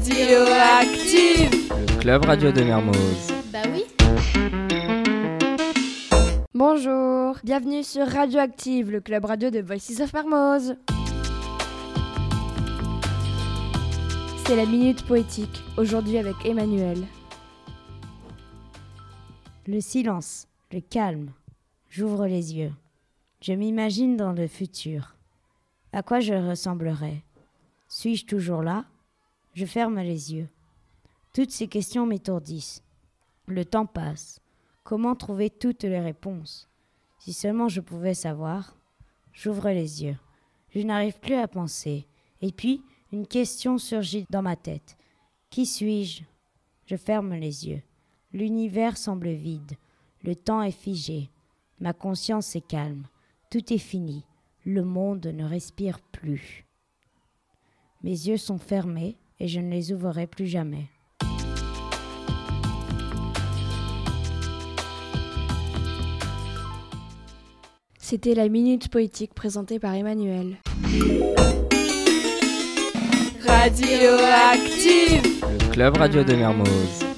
Radioactive, le club radio de Mermoz. Bah oui. Bonjour, bienvenue sur Radioactive, le club radio de Voices of Mermoz. C'est la minute poétique, aujourd'hui avec Emmanuel. Le silence, le calme. J'ouvre les yeux. Je m'imagine dans le futur. À quoi je ressemblerai ? Suis-je toujours là ? Je ferme les yeux. Toutes ces questions m'étourdissent. Le temps passe. Comment trouver toutes les réponses ? Si seulement je pouvais savoir. J'ouvre les yeux. Je n'arrive plus à penser. Et puis, une question surgit dans ma tête. Qui suis-je ? Je ferme les yeux. L'univers semble vide. Le temps est figé. Ma conscience est calme. Tout est fini. Le monde ne respire plus. Mes yeux sont fermés et je ne les ouvrirai plus jamais. C'était la minute poétique présentée par Emmanuel. Radioactive, Le club radio de Mermoz.